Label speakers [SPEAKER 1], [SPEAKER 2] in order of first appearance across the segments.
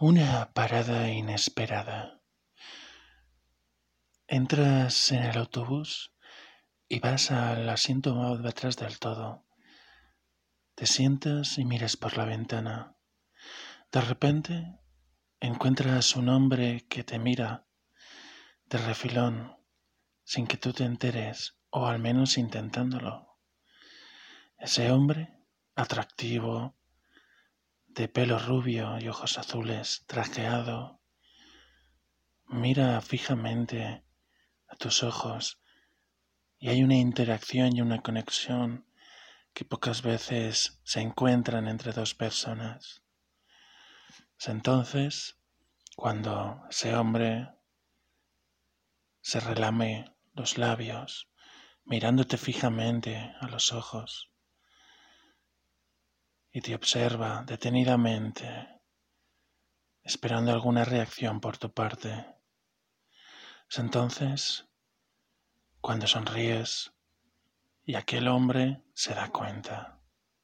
[SPEAKER 1] Una parada inesperada. Entras en el autobús y vas al asiento de atrás del todo. Te sientas y miras por la ventana. De repente encuentras un hombre que te mira de refilón sin que tú te enteres, o al menos intentándolo. Ese hombre, atractivo, de pelo rubio y ojos azules, trajeado, mira fijamente a tus ojos y hay una interacción y una conexión que pocas veces se encuentran entre dos personas. Es entonces cuando ese hombre se relame los labios, mirándote fijamente a los ojos y te observa detenidamente, esperando alguna reacción por tu parte. Es entonces cuando sonríes y aquel hombre se da cuenta.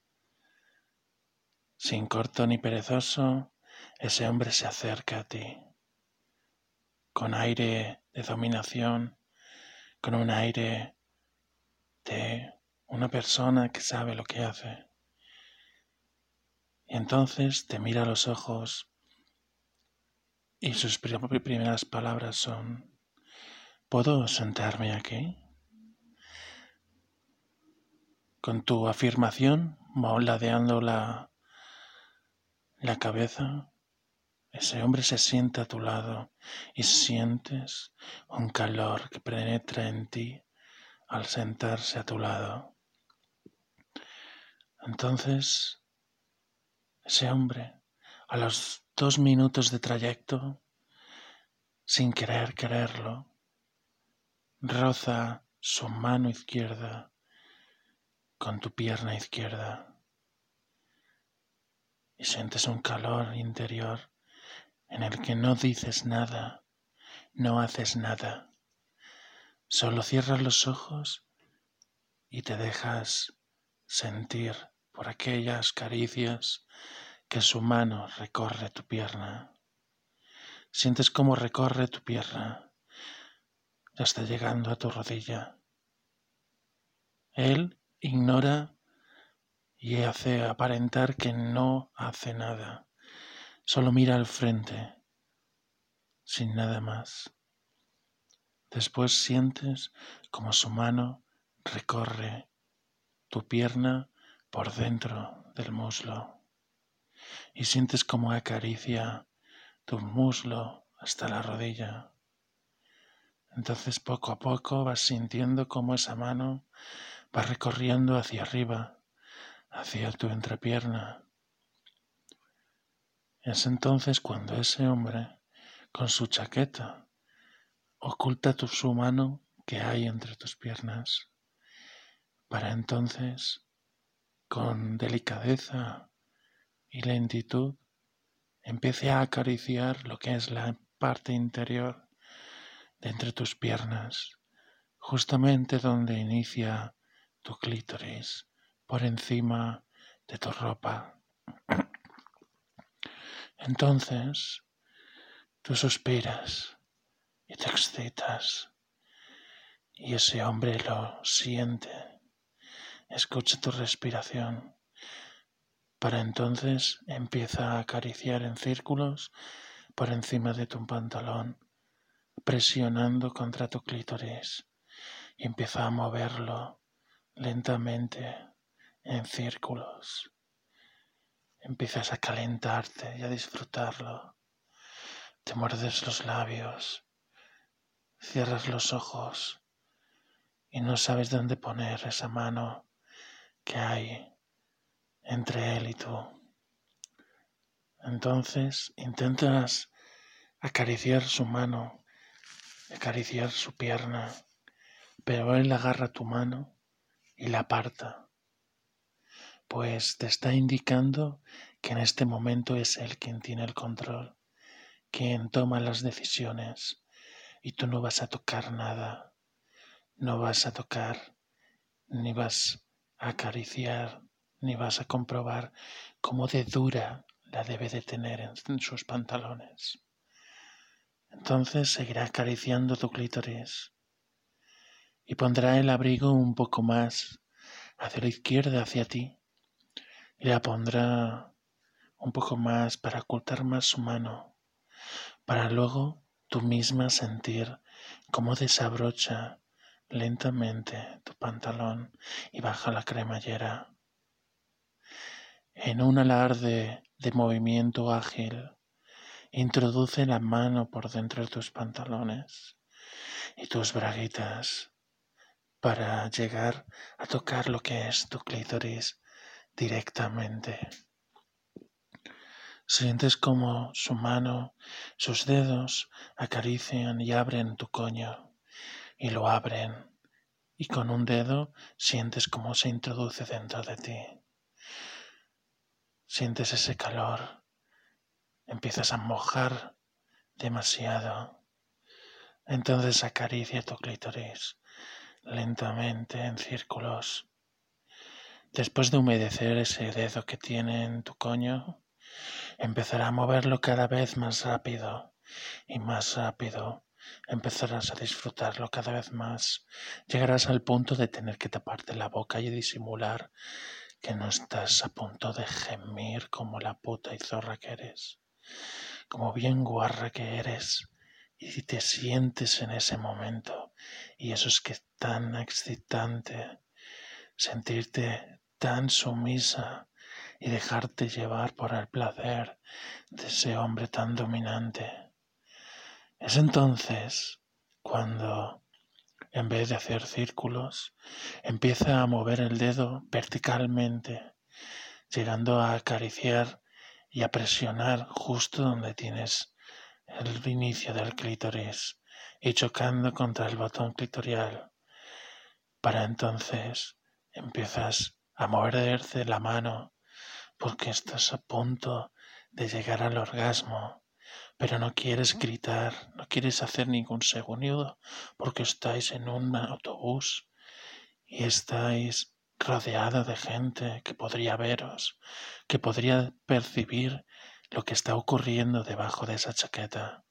[SPEAKER 1] Sin corto ni perezoso, ese hombre se acerca a ti, con aire de dominación, con un aire de una persona que sabe lo que hace. Y entonces te mira a los ojos y sus primeras palabras son: ¿puedo sentarme aquí? Con tu afirmación, ladeando la cabeza, ese hombre se sienta a tu lado y sientes un calor que penetra en ti al sentarse a tu lado. Entonces, ese hombre, a los 2 minutos de trayecto, sin quererlo, roza su mano izquierda con tu pierna izquierda y sientes un calor interior en el que no dices nada, no haces nada, solo cierras los ojos y te dejas sentir por aquellas caricias que su mano recorre tu pierna. Sientes cómo recorre tu pierna, ya está llegando a tu rodilla. Él ignora y hace aparentar que no hace nada, solo mira al frente, sin nada más. Después sientes como su mano recorre tu pierna por dentro del muslo y sientes como acaricia tu muslo hasta la rodilla. Entonces poco a poco vas sintiendo cómo esa mano va recorriendo hacia arriba, hacia tu entrepierna. Es entonces cuando ese hombre, con su chaqueta, oculta su mano que hay entre tus piernas, para entonces, con delicadeza y lentitud, empiece a acariciar lo que es la parte interior de entre tus piernas, justamente donde inicia tu clítoris, por encima de tu ropa. Entonces, tú suspiras y te excitas, y ese hombre lo siente, escucha tu respiración. Para entonces empieza a acariciar en círculos por encima de tu pantalón, presionando contra tu clítoris, y empieza a moverlo lentamente en círculos. Empiezas a calentarte y a disfrutarlo. Te muerdes los labios, cierras los ojos y no sabes dónde poner esa mano que hay entre él y tú. Entonces intentas acariciar su mano, acariciar su pierna, pero él agarra tu mano y la aparta, pues te está indicando que en este momento es él quien tiene el control, quien toma las decisiones, y tú no vas a tocar nada, no vas a tocar, ni vas a acariciar, ni vas a comprobar cómo de dura la debe de tener en sus pantalones. Entonces seguirá acariciando tu clítoris y pondrá el abrigo un poco más hacia la izquierda, hacia ti, y la pondrá un poco más para ocultar más su mano, para luego tú misma sentir cómo desabrocha lentamente tu pantalón y baja la cremallera. En un alarde de movimiento ágil, introduce la mano por dentro de tus pantalones y tus braguitas para llegar a tocar lo que es tu clítoris directamente. Sientes como su mano, sus dedos acarician y abren tu coño y lo abren y con un dedo sientes cómo se introduce dentro de ti. Sientes ese calor, empiezas a mojar demasiado. Entonces acaricia tu clítoris lentamente en círculos. Después de humedecer ese dedo que tiene en tu coño, empezará a moverlo cada vez más rápido y más rápido. Empezarás a disfrutarlo cada vez más. Llegarás al punto de tener que taparte la boca y disimular que no estás a punto de gemir como la puta y zorra que eres, como bien guarra que eres, y te sientes en ese momento. Y eso es que es tan excitante, sentirte tan sumisa y dejarte llevar por el placer de ese hombre tan dominante. Es entonces cuando, en vez de hacer círculos, empieza a mover el dedo verticalmente, llegando a acariciar y a presionar justo donde tienes el inicio del clítoris y chocando contra el botón clitorial. Para entonces empiezas a moverte la mano porque estás a punto de llegar al orgasmo, pero no quieres gritar, no quieres hacer ningún sonido porque estáis en un autobús y estáis rodeado de gente que podría veros, que podría percibir lo que está ocurriendo debajo de esa chaqueta.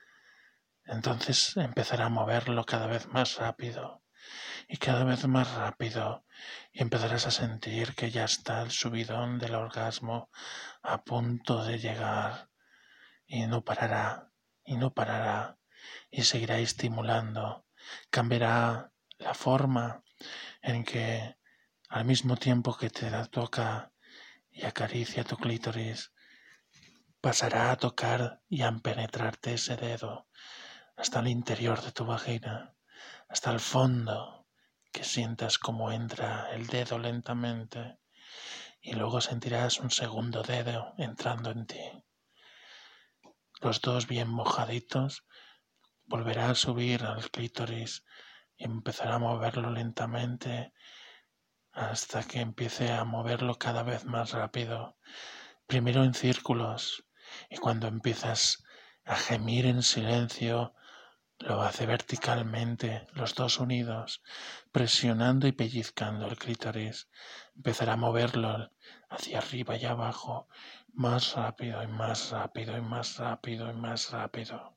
[SPEAKER 1] Entonces empezará a moverlo cada vez más rápido y cada vez más rápido y empezarás a sentir que ya está el subidón del orgasmo a punto de llegar y no parará y no parará y seguirá estimulando. Cambiará la forma en que al mismo tiempo que te toca y acaricia tu clítoris, pasará a tocar y a penetrarte ese dedo hasta el interior de tu vagina, hasta el fondo, que sientas cómo entra el dedo lentamente y luego sentirás un segundo dedo entrando en ti. Los dos bien mojaditos, volverá a subir al clítoris y empezará a moverlo lentamente hasta que empiece a moverlo cada vez más rápido, primero en círculos, y cuando empiezas a gemir en silencio, lo hace verticalmente, los dos unidos, presionando y pellizcando el clítoris. Empezará a moverlo hacia arriba y abajo, más rápido y más rápido y más rápido y más rápido.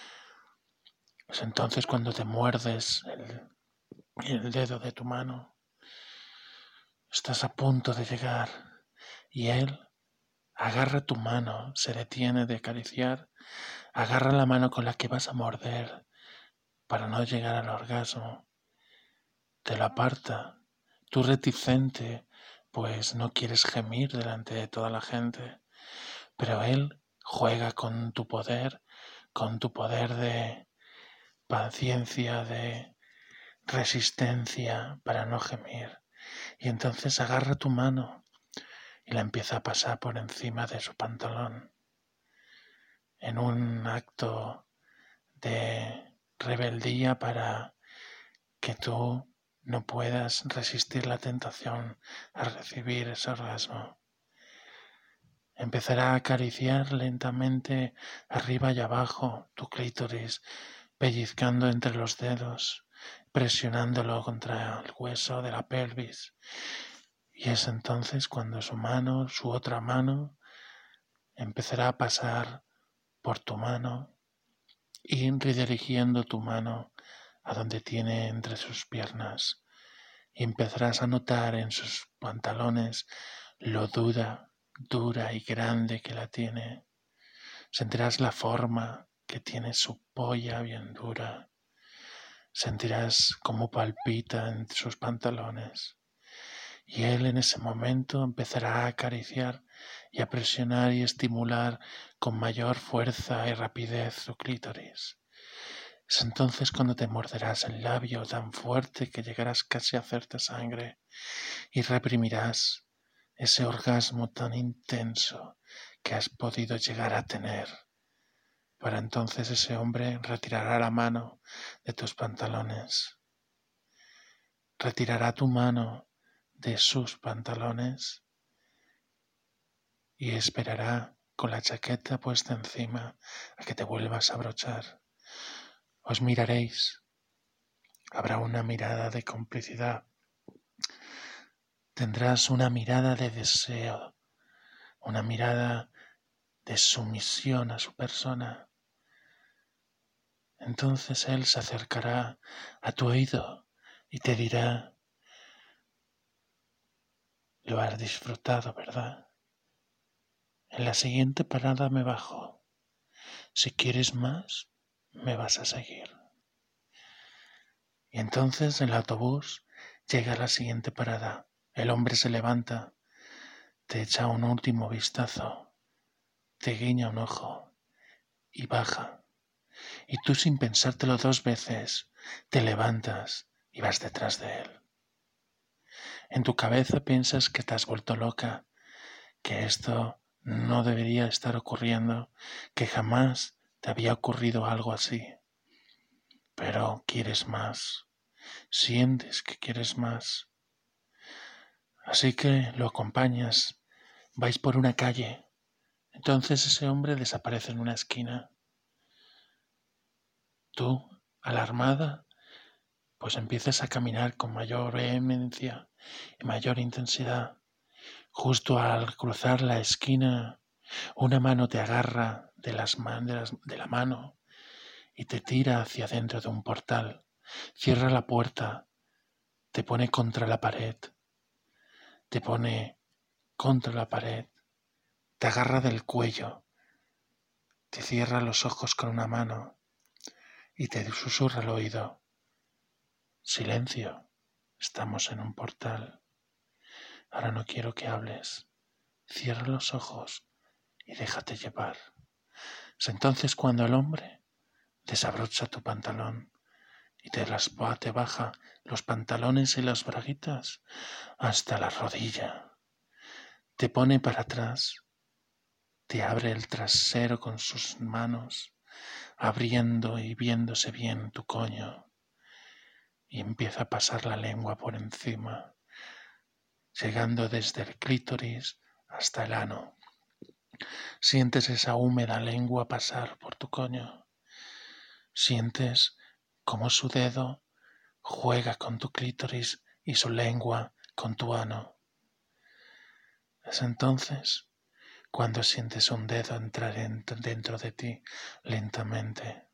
[SPEAKER 1] Es entonces cuando te muerdes el dedo de tu mano. Estás a punto de llegar y él agarra tu mano, se detiene de acariciar, agarra la mano con la que vas a morder para no llegar al orgasmo, te lo aparta, tú reticente, pues no quieres gemir delante de toda la gente, pero él juega con tu poder de paciencia, de resistencia para no gemir. Y entonces agarra tu mano y la empieza a pasar por encima de su pantalón en un acto de rebeldía para que tú no puedas resistir la tentación a recibir ese orgasmo. Empezará a acariciar lentamente arriba y abajo tu clítoris, pellizcando entre los dedos, presionándolo contra el hueso de la pelvis. Y es entonces cuando su otra mano, empezará a pasar por tu mano y redirigiendo tu mano a donde tiene entre sus piernas y empezarás a notar en sus pantalones lo dura y grande que la tiene. Sentirás la forma que tiene su polla bien dura. Sentirás cómo palpita en sus pantalones. Y él en ese momento empezará a acariciar y a presionar y estimular con mayor fuerza y rapidez su clítoris. Es entonces cuando te morderás el labio tan fuerte que llegarás casi a hacerte sangre y reprimirás ese orgasmo tan intenso que has podido llegar a tener. Para entonces ese hombre retirará la mano de tus pantalones, retirará tu mano de sus pantalones y esperará con la chaqueta puesta encima a que te vuelvas a abrochar. Os miraréis, habrá una mirada de complicidad, tendrás una mirada de deseo, una mirada de sumisión a su persona. Entonces él se acercará a tu oído y te dirá: lo has disfrutado, ¿verdad? En la siguiente parada me bajo. Si quieres más, me vas a seguir. Y entonces el autobús llega a la siguiente parada. El hombre se levanta, te echa un último vistazo, te guiña un ojo y baja. Y tú, sin pensártelo dos veces, te levantas y vas detrás de él. En tu cabeza piensas que te has vuelto loca, que esto no debería estar ocurriendo, que jamás te había ocurrido algo así. Pero quieres más, sientes que quieres más. Así que lo acompañas, vais por una calle. Entonces ese hombre desaparece en una esquina. Tú, alarmada, pues empiezas a caminar con mayor vehemencia y mayor intensidad. Justo al cruzar la esquina, una mano te agarra de la mano y te tira hacia dentro de un portal. Cierra la puerta, te pone contra la pared, te pone contra la pared, te agarra del cuello, te cierra los ojos con una mano y te susurra al oído: silencio, estamos en un portal. Ahora no quiero que hables. Cierra los ojos y déjate llevar. Es entonces cuando el hombre desabrocha tu pantalón y te baja los pantalones y las braguitas hasta la rodilla. Te pone para atrás, te abre el trasero con sus manos, abriendo y viéndose bien tu coño, y empieza a pasar la lengua por encima, llegando desde el clítoris hasta el ano. Sientes esa húmeda lengua pasar por tu coño. Sientes cómo su dedo juega con tu clítoris y su lengua con tu ano. Es entonces cuando sientes un dedo entrar dentro de ti lentamente.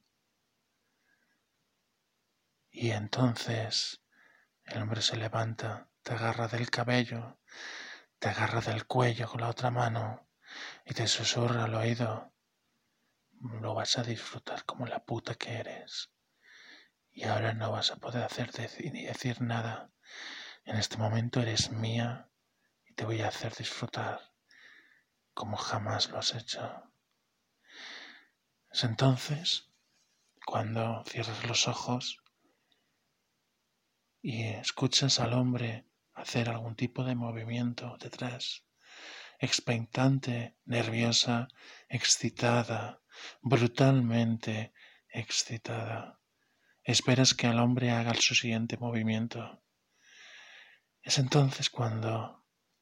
[SPEAKER 1] Y entonces el hombre se levanta, te agarra del cabello, te agarra del cuello con la otra mano y te susurra al oído: lo vas a disfrutar como la puta que eres. Y ahora no vas a poder hacer ni decir nada. En este momento eres mía y te voy a hacer disfrutar como jamás lo has hecho. Es entonces cuando cierras los ojos y escuchas al hombre hacer algún tipo de movimiento detrás, expectante, nerviosa, excitada, brutalmente excitada. Esperas que el hombre haga su siguiente movimiento. Es entonces cuando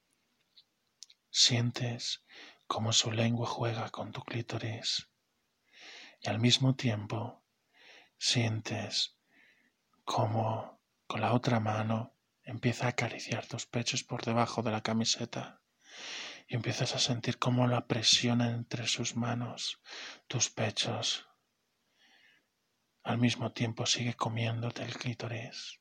[SPEAKER 1] sientes cómo su lengua juega con tu clítoris y al mismo tiempo sientes cómo con la otra mano empieza a acariciar tus pechos por debajo de la camiseta y empiezas a sentir cómo la presiona entre sus manos, tus pechos. Al mismo tiempo sigue comiéndote el clítoris.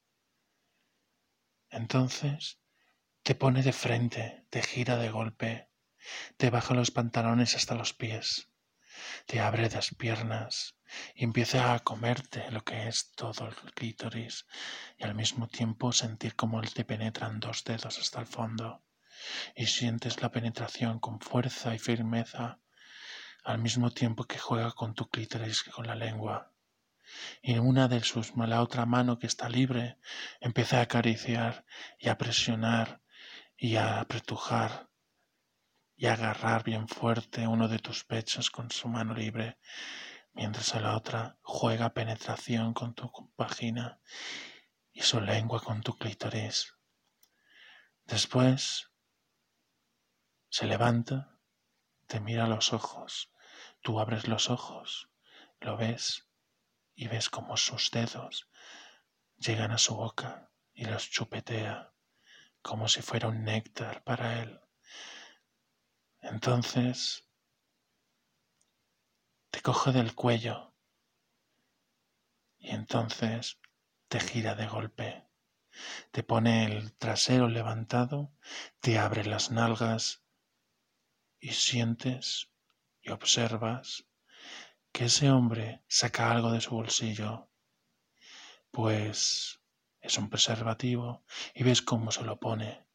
[SPEAKER 1] Entonces te pone de frente, te gira de golpe, te baja los pantalones hasta los pies, te abre las piernas y empieza a comerte lo que es todo el clítoris y al mismo tiempo sentir cómo te penetran 2 dedos hasta el fondo y sientes la penetración con fuerza y firmeza al mismo tiempo que juega con tu clítoris y con la lengua. Y la otra mano que está libre empieza a acariciar y a presionar y a apretujar y a agarrar bien fuerte uno de tus pechos con su mano libre, mientras la otra juega penetración con tu vagina y su lengua con tu clítoris. Después se levanta, te mira a los ojos, tú abres los ojos, lo ves y ves como sus dedos llegan a su boca y los chupetea como si fuera un néctar para él. Entonces te coge del cuello y entonces te gira de golpe. Te pone el trasero levantado, te abre las nalgas y sientes y observas que ese hombre saca algo de su bolsillo, pues es un preservativo y ves cómo se lo pone.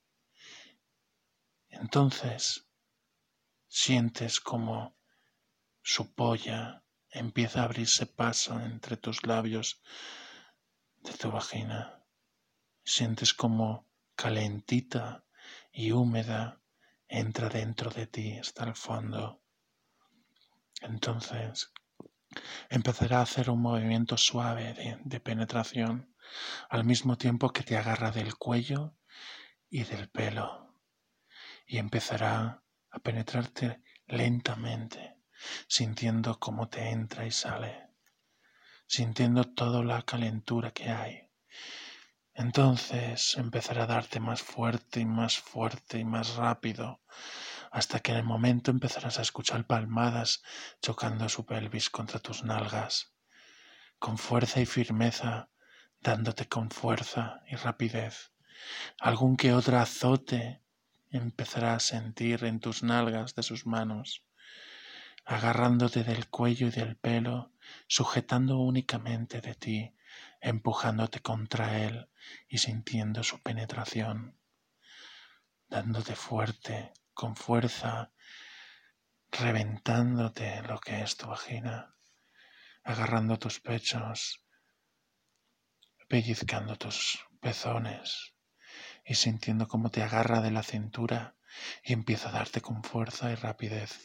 [SPEAKER 1] Entonces sientes como su polla empieza a abrirse paso entre tus labios de tu vagina. Sientes como calentita y húmeda entra dentro de ti hasta el fondo. Entonces empezará a hacer un movimiento suave de penetración al mismo tiempo que te agarra del cuello y del pelo y empezará a penetrarte lentamente, sintiendo cómo te entra y sale, sintiendo toda la calentura que hay. Entonces empezará a darte más fuerte y más rápido, hasta que en el momento empezarás a escuchar palmadas chocando su pelvis contra tus nalgas, con fuerza y firmeza, dándote con fuerza y rapidez. Algún que otro azote empezará a sentir en tus nalgas de sus manos, agarrándote del cuello y del pelo, sujetando únicamente de ti, empujándote contra él y sintiendo su penetración, dándote fuerte, con fuerza, reventándote lo que es tu vagina, agarrando tus pechos, pellizcando tus pezones y sintiendo cómo te agarra de la cintura y empieza a darte con fuerza y rapidez,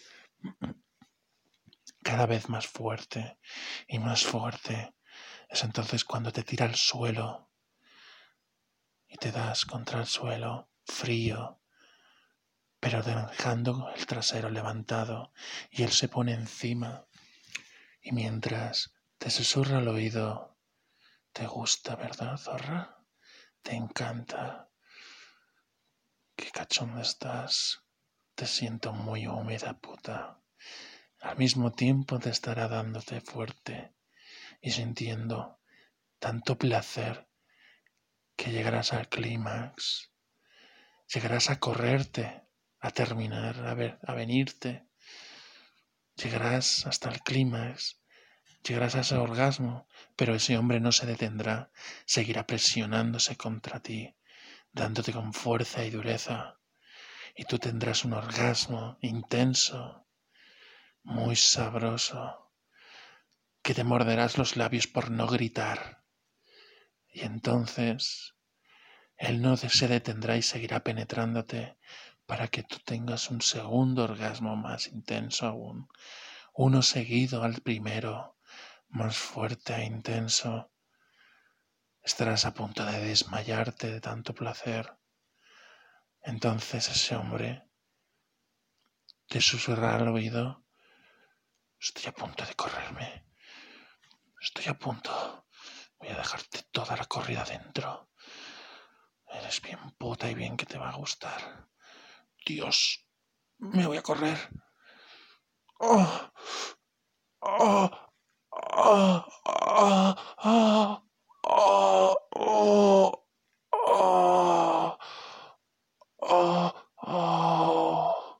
[SPEAKER 1] cada vez más fuerte y más fuerte. Es entonces cuando te tira al suelo y te das contra el suelo frío, pero dejando el trasero levantado y él se pone encima y mientras te susurra al oído, ¿te gusta, verdad, zorra? ¿Te encanta? ¿Qué cachonda estás? Te siento muy húmeda, puta. Al mismo tiempo te estará dándote fuerte y sintiendo tanto placer que llegarás al clímax, llegarás a correrte, a terminar, a venirte, llegarás hasta el clímax, llegarás a ese orgasmo, pero ese hombre no se detendrá, seguirá presionándose contra ti, dándote con fuerza y dureza, y tú tendrás un orgasmo intenso, muy sabroso, que te morderás los labios por no gritar. Y entonces él no se detendrá y seguirá penetrándote para que tú tengas un segundo orgasmo más intenso aún, uno seguido al primero, más fuerte e intenso. Estarás a punto de desmayarte de tanto placer. Entonces ese hombre te susurrará al oído: estoy a punto de correrme, estoy a punto, voy a dejarte toda la corrida dentro. Eres bien puta y bien que te va a gustar. Dios, Me voy a correr. Oh, oh, oh, oh, oh, oh, oh, oh, oh, oh.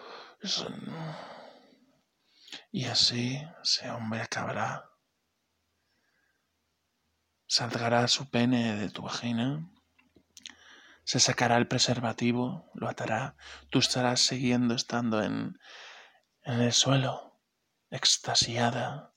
[SPEAKER 1] Y así ese hombre acabará. Saltará su pene de tu vagina, se sacará el preservativo, lo atará, tú estarás siguiendo estando en el suelo, extasiada.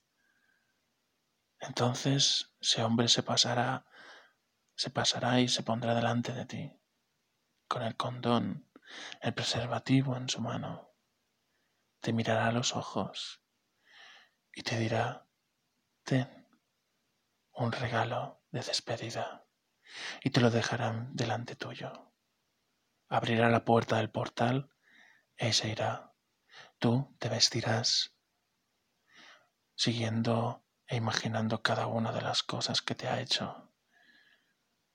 [SPEAKER 1] Entonces ese hombre se pasará y se pondrá delante de ti, con el condón, el preservativo en su mano. Te mirará a los ojos y te dirá, ten un regalo de despedida, y te lo dejarán delante tuyo. Abrirá la puerta del portal y se irá. Tú te vestirás siguiendo e imaginando cada una de las cosas que te ha hecho.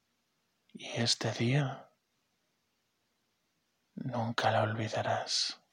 [SPEAKER 1] Y este día nunca la olvidarás.